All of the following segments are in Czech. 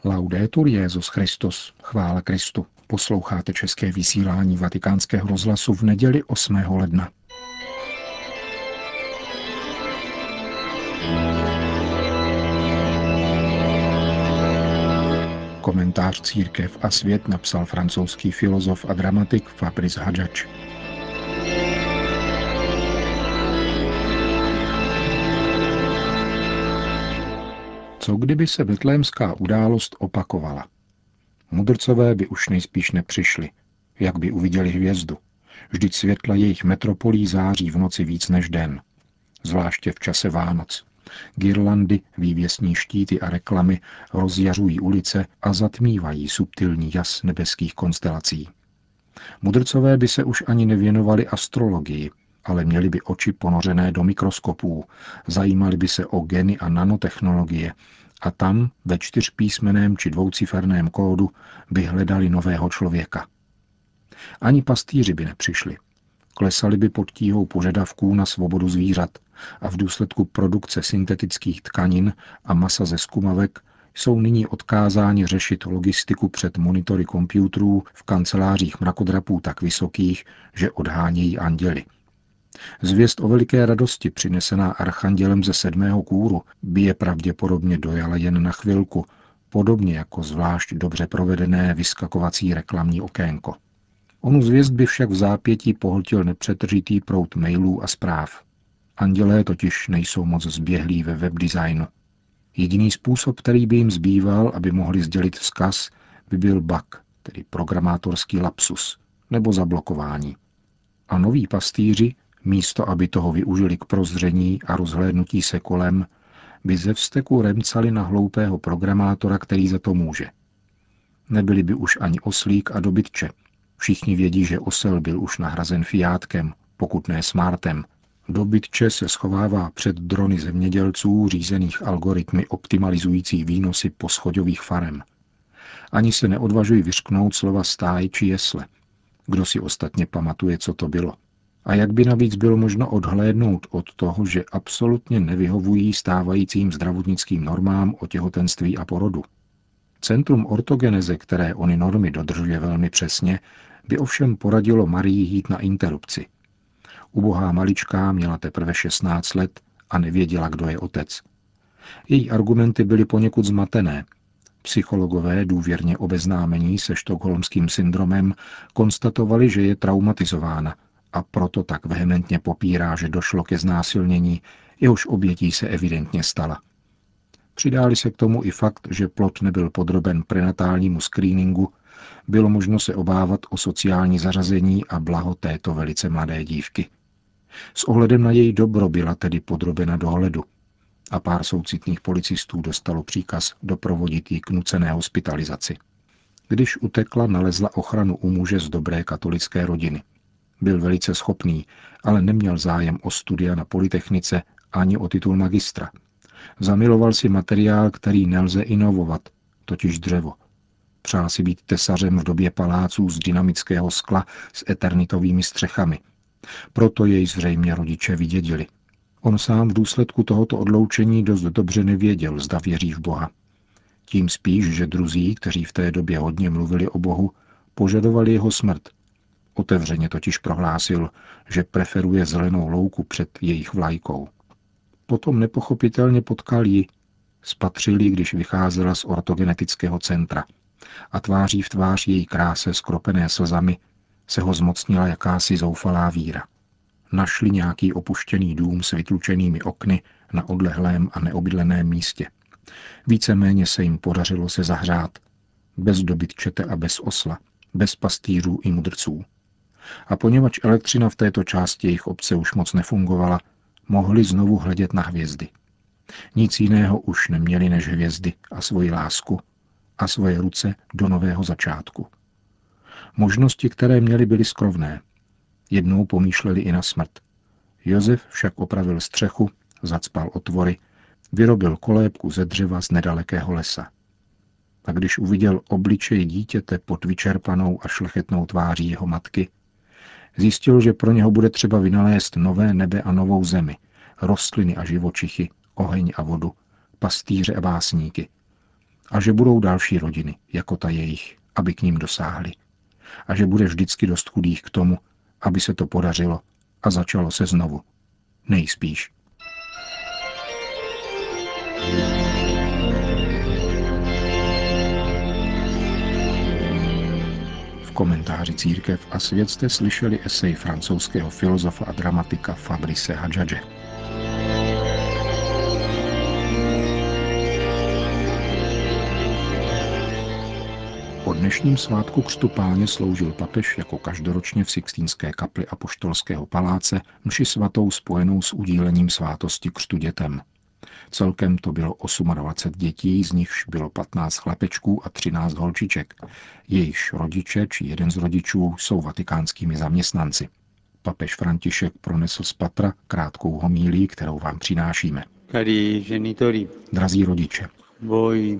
Laudetur Jesus Christus, chvála Kristu. Posloucháte české vysílání Vatikánského rozhlasu v neděli 8. ledna. Komentář Církev a svět napsal francouzský filozof a dramatik Fabrice Hadžadž. Co kdyby se betlémská událost opakovala? Mudrcové by už nejspíš nepřišli, jak by uviděli hvězdu. Vždyť světla jejich metropolí září v noci víc než den. Zvláště v čase Vánoc. Girlandy, vývěsní štíty a reklamy rozjařují ulice a zatmívají subtilní jas nebeských konstelací. Mudrcové by se už ani nevěnovali astrologii, ale měli by oči ponořené do mikroskopů, zajímali by se o geny a nanotechnologie a tam ve 4písmeném či dvouciferném kódu by hledali nového člověka. Ani pastýři by nepřišli. Klesali by pod tíhou požadavků na svobodu zvířat a v důsledku produkce syntetických tkanin a masa ze zkumavek jsou nyní odkázáni řešit logistiku před monitory počítačů v kancelářích mrakodrapů tak vysokých, že odhánějí anděly. Zvěst o veliké radosti přinesená archandělem ze 7. kůru by je pravděpodobně dojala jen na chvilku, podobně jako zvlášť dobře provedené vyskakovací reklamní okénko. Onu zvěst by však v zápětí pohltil nepřetržitý proud mailů a zpráv. Andělé totiž nejsou moc zběhlí ve webdesignu. Jediný způsob, který by jim zbýval, aby mohli sdělit vzkaz, by byl bug, tedy programátorský lapsus, nebo zablokování. A noví pastýři, místo aby toho využili k prozření a rozhlédnutí se kolem, by ze vzteku remcali na hloupého programátora, který za to může. Nebyli by už ani oslík a dobytče. Všichni vědí, že osel byl už nahrazen Fiátkem, pokud ne Smartem. Dobytče se schovává před drony zemědělců řízených algoritmy optimalizující výnosy poschodových farem. Ani se neodvažují vyřknout slova stáj či jesle. Kdo si ostatně pamatuje, co to bylo? A jak by navíc bylo možno odhlédnout od toho, že absolutně nevyhovují stávajícím zdravotnickým normám o těhotenství a porodu? Centrum ortogeneze, které ony normy dodržuje velmi přesně, by ovšem poradilo Marii jít na interrupci. Ubohá maličká měla teprve 16 let a nevěděla, kdo je otec. Její argumenty byly poněkud zmatené. Psychologové důvěrně obeznámení se stockholmským syndromem konstatovali, že je traumatizována a proto tak vehementně popírá, že došlo ke znásilnění, jehož obětí se evidentně stala. Přidáli se k tomu i fakt, že plod nebyl podroben prenatálnímu screeningu, bylo možno se obávat o sociální zařazení a blaho této velice mladé dívky. S ohledem na její dobro byla tedy podrobena dohledu a pár soucitných policistů dostalo příkaz doprovodit ji k nucené hospitalizaci. Když utekla, nalezla ochranu u muže z dobré katolické rodiny. Byl velice schopný, ale neměl zájem o studia na polytechnice ani o titul magistra. Zamiloval si materiál, který nelze inovovat, totiž dřevo. Přál si být tesařem v době paláců z dynamického skla s eternitovými střechami. Proto jej zřejmě rodiče vydědili. On sám v důsledku tohoto odloučení dost dobře nevěděl, zda věří v Boha. Tím spíš, že druzí, kteří v té době hodně mluvili o Bohu, požadovali jeho smrt. Otevřeně totiž prohlásil, že preferuje zelenou louku před jejich vlajkou. Potom nepochopitelně potkal ji, spatřil ji, když vycházela z ortogenetického centra a tváří v tvář její kráse skropené slzami se ho zmocnila jakási zoufalá víra. Našli nějaký opuštěný dům s vytlučenými okny na odlehlém a neobydleném místě. Víceméně se jim podařilo se zahřát. Bez dobytčete a bez osla, bez pastýřů i mudrců. A poněvadž elektřina v této části jejich obce už moc nefungovala, mohli znovu hledět na hvězdy. Nic jiného už neměli než hvězdy a svoji lásku a svoje ruce do nového začátku. Možnosti, které měli, byly skrovné. Jednou pomýšleli i na smrt. Josef však opravil střechu, zacpal otvory, vyrobil kolébku ze dřeva z nedalekého lesa. A když uviděl obličej dítěte pod vyčerpanou a šlechetnou tváří jeho matky, zjistil, že pro něho bude třeba vynalézt nové nebe a novou zemi, rostliny a živočichy, oheň a vodu, pastýře a básníky. A že budou další rodiny, jako ta jejich, aby k ním dosáhli. A že bude vždycky dost chudých k tomu, aby se to podařilo a začalo se znovu. Nejspíš. V komentáři Církev a svět jste slyšeli esej francouzského filozofa a dramatika Fabrice Hadžadže. Po dnešním svátku Křtu Páně sloužil papež jako každoročně v Sixtínské kapli Apoštolského paláce mši svatou spojenou s udílením svátosti křtu dětem. Celkem to bylo 28 dětí, z nichž bylo 15 chlapečků a 13 holčiček. Jejichž rodiče či jeden z rodičů jsou vatikánskými zaměstnanci. Papež František pronesl z patra krátkou homílii, kterou vám přinášíme. Cari genitori, Drazí rodiče, voi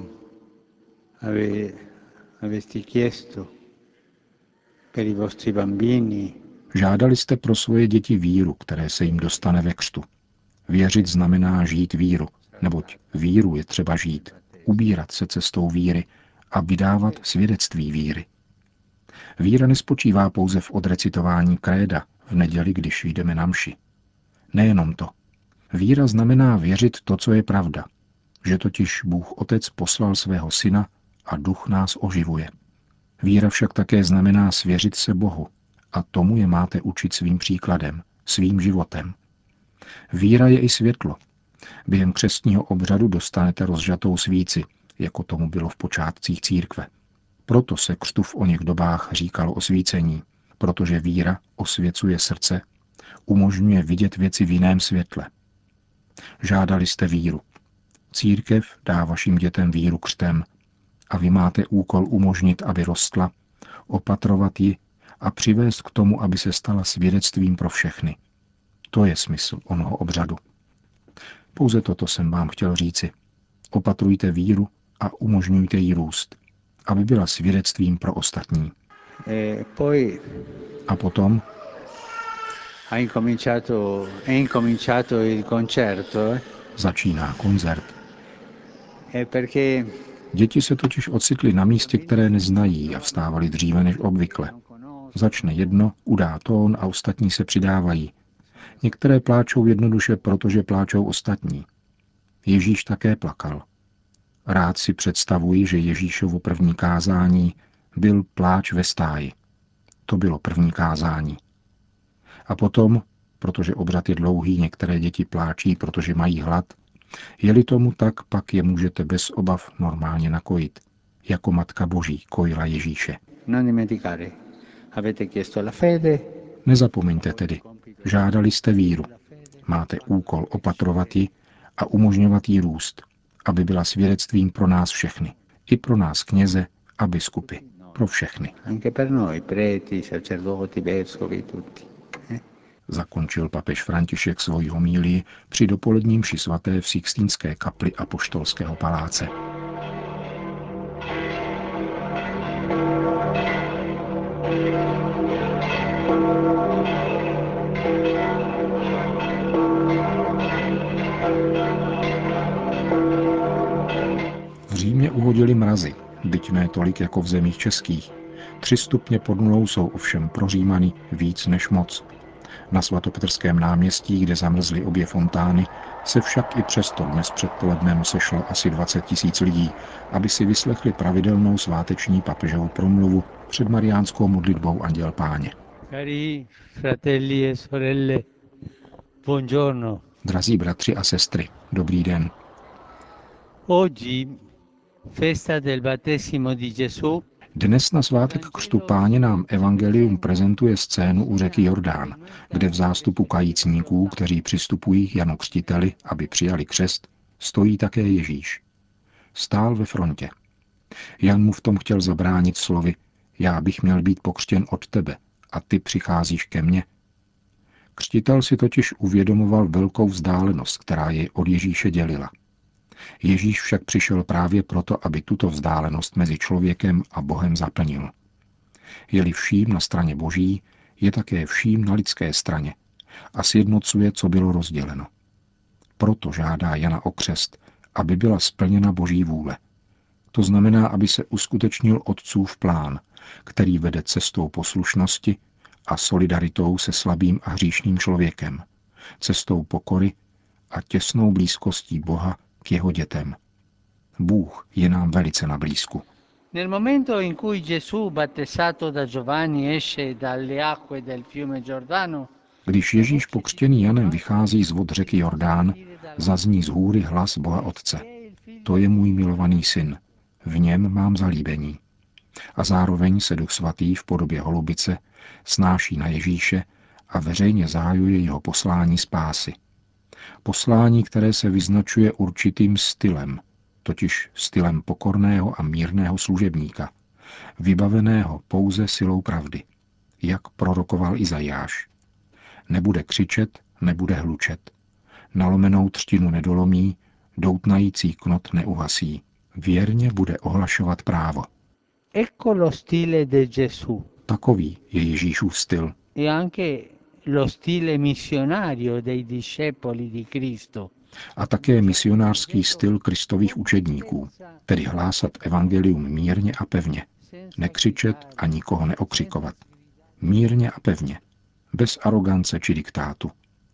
avete chiesto per i vostri bambini žádali jste pro svoje děti víru, které se jim dostane ve křtu. Věřit znamená žít víru, neboť víru je třeba žít, ubírat se cestou víry a vydávat svědectví víry. Víra nespočívá pouze v odrecitování kréda v neděli, když jdeme na mši. Nejenom to. Víra znamená věřit to, co je pravda, že totiž Bůh Otec poslal svého Syna a Duch nás oživuje. Víra však také znamená svěřit se Bohu a tomu je máte učit svým příkladem, svým životem. Víra je i světlo. Během křestního obřadu dostanete rozžatou svíci, jako tomu bylo v počátcích církve. Proto se křtu v oněch dobách říkalo osvícení, protože víra osvěcuje srdce, umožňuje vidět věci v jiném světle. Žádali jste víru. Církev dá vašim dětem víru křtem a vy máte úkol umožnit, aby rostla, opatrovat ji a přivést k tomu, aby se stala svědectvím pro všechny. To je smysl onoho obřadu. Pouze toto jsem vám chtěl říci. Opatrujte víru a umožňujte jí růst, aby byla svědectvím pro ostatní. A potom è incominciato il concerto. Začíná koncert. Perché Děti se totiž ocitly na místě, které neznají a vstávali dříve než obvykle. Začne jedno, udá tón a ostatní se přidávají. Některé pláčou jednoduše, protože pláčou ostatní. Ježíš také plakal. Rád si představuji, že Ježíšovo první kázání byl pláč ve stáji. To bylo první kázání. A potom, protože obřad je dlouhý, některé děti pláčí, protože mají hlad, je-li tomu tak, pak je můžete bez obav normálně nakojit, jako Matka Boží kojila Ježíše. Nezapomeňte tedy, žádali jste víru. Máte úkol opatrovat ji a umožňovat jí růst, aby byla svědectvím pro nás všechny. I pro nás kněze a biskupy. Pro všechny. Zakončil papež František svoji homílii při dopolední mši svaté v Sixtínské kapli Apoštolského paláce. V Římě uhodili mrazy, byť ne tolik jako v zemích českých. 3 stupně pod nulou jsou ovšem pro Římany víc než moc. Na svatopetrském náměstí, kde zamrzly obě fontány, se však i přesto dnes předpolednem sešlo asi 20 000 lidí, aby si vyslechli pravidelnou sváteční papežovu promluvu před mariánskou modlitbou Anděl Páně. Cari fratelli e sorelle, buongiorno. Drazí bratři a sestry, dobrý den. Oggi, festa del battesimo di Gesù. Dnes na svátek Křtu Páně nám evangelium prezentuje scénu u řeky Jordán, kde v zástupu kajícníků, kteří přistupují k Janu Křtiteli, aby přijali křest, stojí také Ježíš. Stál ve frontě. Jan mu v tom chtěl zabránit slovy: já bych měl být pokřtěn od tebe a ty přicházíš ke mně. Křtitel si totiž uvědomoval velkou vzdálenost, která jej od Ježíše dělila. Ježíš však přišel právě proto, aby tuto vzdálenost mezi člověkem a Bohem zaplnil. Je-li vším na straně Boží, je také vším na lidské straně a sjednocuje, co bylo rozděleno. Proto žádá Jana o křest, aby byla splněna Boží vůle. To znamená, aby se uskutečnil otcův plán, který vede cestou poslušnosti a solidaritou se slabým a hříšným člověkem, cestou pokory a těsnou blízkostí Boha k jeho dětem. Bůh je nám velice na blízku. Nel momento in cui Gesù, battezzato da Giovanni, esce dalle acque del fiume Giordano, Když Ježíš pokřtěný Janem vychází z vod řeky Jordán, zazní z hůry hlas Boha Otce. To je můj milovaný syn, v něm mám zalíbení. A zároveň se Duch Svatý v podobě holubice snáší na Ježíše a veřejně zahajuje jeho poslání spásy. Poslání, které se vyznačuje určitým stylem, totiž stylem pokorného a mírného služebníka, vybaveného pouze silou pravdy, jak prorokoval Izajáš. Nebude křičet, nebude hlučet. Nalomenou třtinu nedolomí, doutnající knot neuhasí. Věrně bude ohlašovat právo. ecco lo stile di Gesù Takový je Ježíšův styl. e anche lo stile missionario dei discepoli di Cristo. A také misionářský styl Kristových učedníků, tedy hlásat evangelium mírně a pevně, nekřičet a nikoho neokřikovat. Mírně a pevně, bez arogance či diktátu.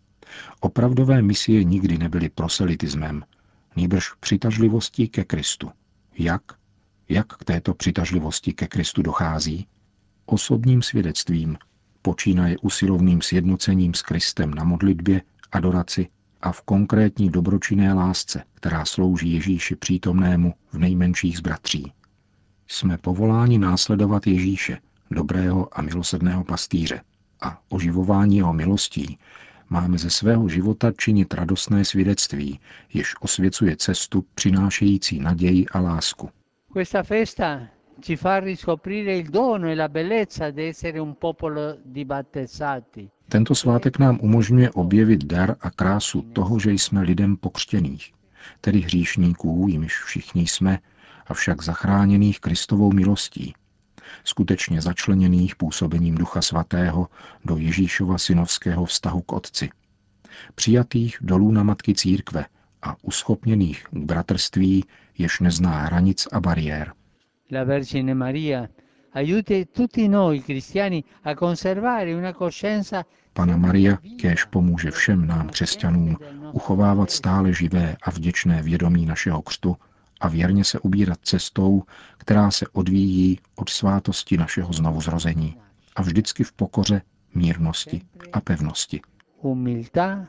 Opravdové misie nikdy nebyly proselitismem, nýbrž přitažlivostí ke Kristu. Jak? Jak k této přitažlivosti ke Kristu dochází? Osobním svědectvím, počínaje usilovným sjednocením s Kristem na modlitbě, adoraci a v konkrétní dobročinné lásce, která slouží Ježíši přítomnému v nejmenších z bratří. Jsme povoláni následovat Ježíše, dobrého a milosrdného pastýře, a oživování jeho milostí máme ze svého života činit radostné svědectví, jež osvěcuje cestu přinášející naději a lásku. Questa festa ci fa riscoprire il dono e la bellezza di essere un popolo di battezzati. Tento svátek nám umožňuje objevit dar a krásu toho, že jsme lidem pokřtěných, tedy hříšníků, jimiž všichni jsme, avšak zachráněných Kristovou milostí, skutečně začleněných působením Ducha Svatého do Ježíšova synovského vztahu k Otci, přijatých do lůna Matky Církve a uschopněných k bratrství, jež nezná hranic a bariér. La Vergine Maria aiuti tutti noi cristiani a conservare una coscienza. Panna Maria kéž pomůže všem nám křesťanům uchovávat stále živé a vděčné vědomí našeho křtu a věrně se ubírat cestou, která se odvíjí od svátosti našeho znovuzrození a vždycky v pokoře, mírnosti a pevnosti. Umiltà,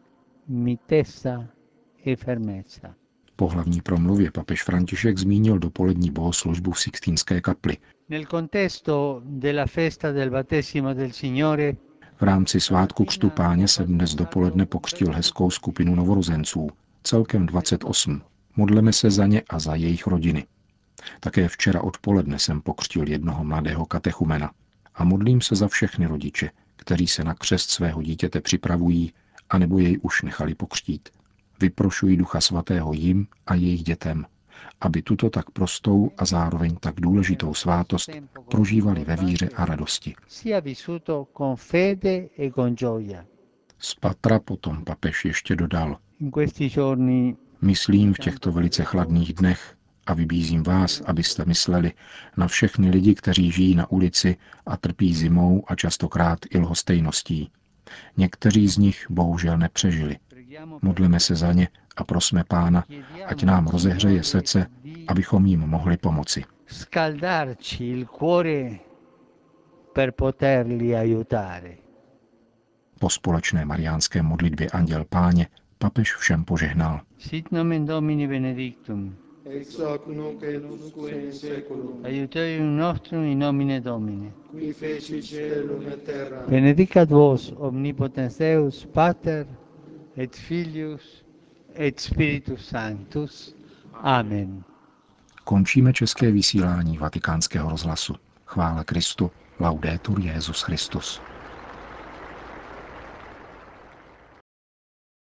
mitezza e fermezza. Po hlavní promluvě papež František zmínil dopolední bohoslužbu v Sixtínské kapli. Nel contesto della festa del battesimo del Signore, V rámci svátku křtu Páně jsem dnes dopoledne pokřtil hezkou skupinu novorozenců, celkem 28. Modleme se za ně a za jejich rodiny. Také včera odpoledne jsem pokřtil jednoho mladého katechumena a modlím se za všechny rodiče, kteří se na křest svého dítěte připravují, anebo jej už nechali pokřtít. Vyprošuji Ducha Svatého jim a jejich dětem, aby tuto tak prostou a zároveň tak důležitou svátost prožívali ve víře a radosti. sia vissuto con fede e con gioia. Z patra potom papež ještě dodal: In questi giorni myslím v těchto velice chladných dnech a vybízím vás, abyste mysleli na všechny lidi, kteří žijí na ulici a trpí zimou a častokrát i lhostejností. Někteří z nich bohužel nepřežili. Modleme se za ně a prosme Pána, ať nám rozehřeje srdce, abychom jim mohli pomoci. scaldarci il cuore per poterli aiutare. Po společné mariánské modlitbě Anděl Páně papež všem požehnal. Sit nomen Domini benedictum. Ex hoc nunc et usque in seculum, Aiuterium nostrum in nomine Domini. qui feci caelum et terra. Benedicat vos omnipotens Deus, Pater et Filius et Spiritus Sanctus. Amen. Končíme české vysílání Vatikánského rozhlasu. Chvála Kristu, laudetur Jesus Christus.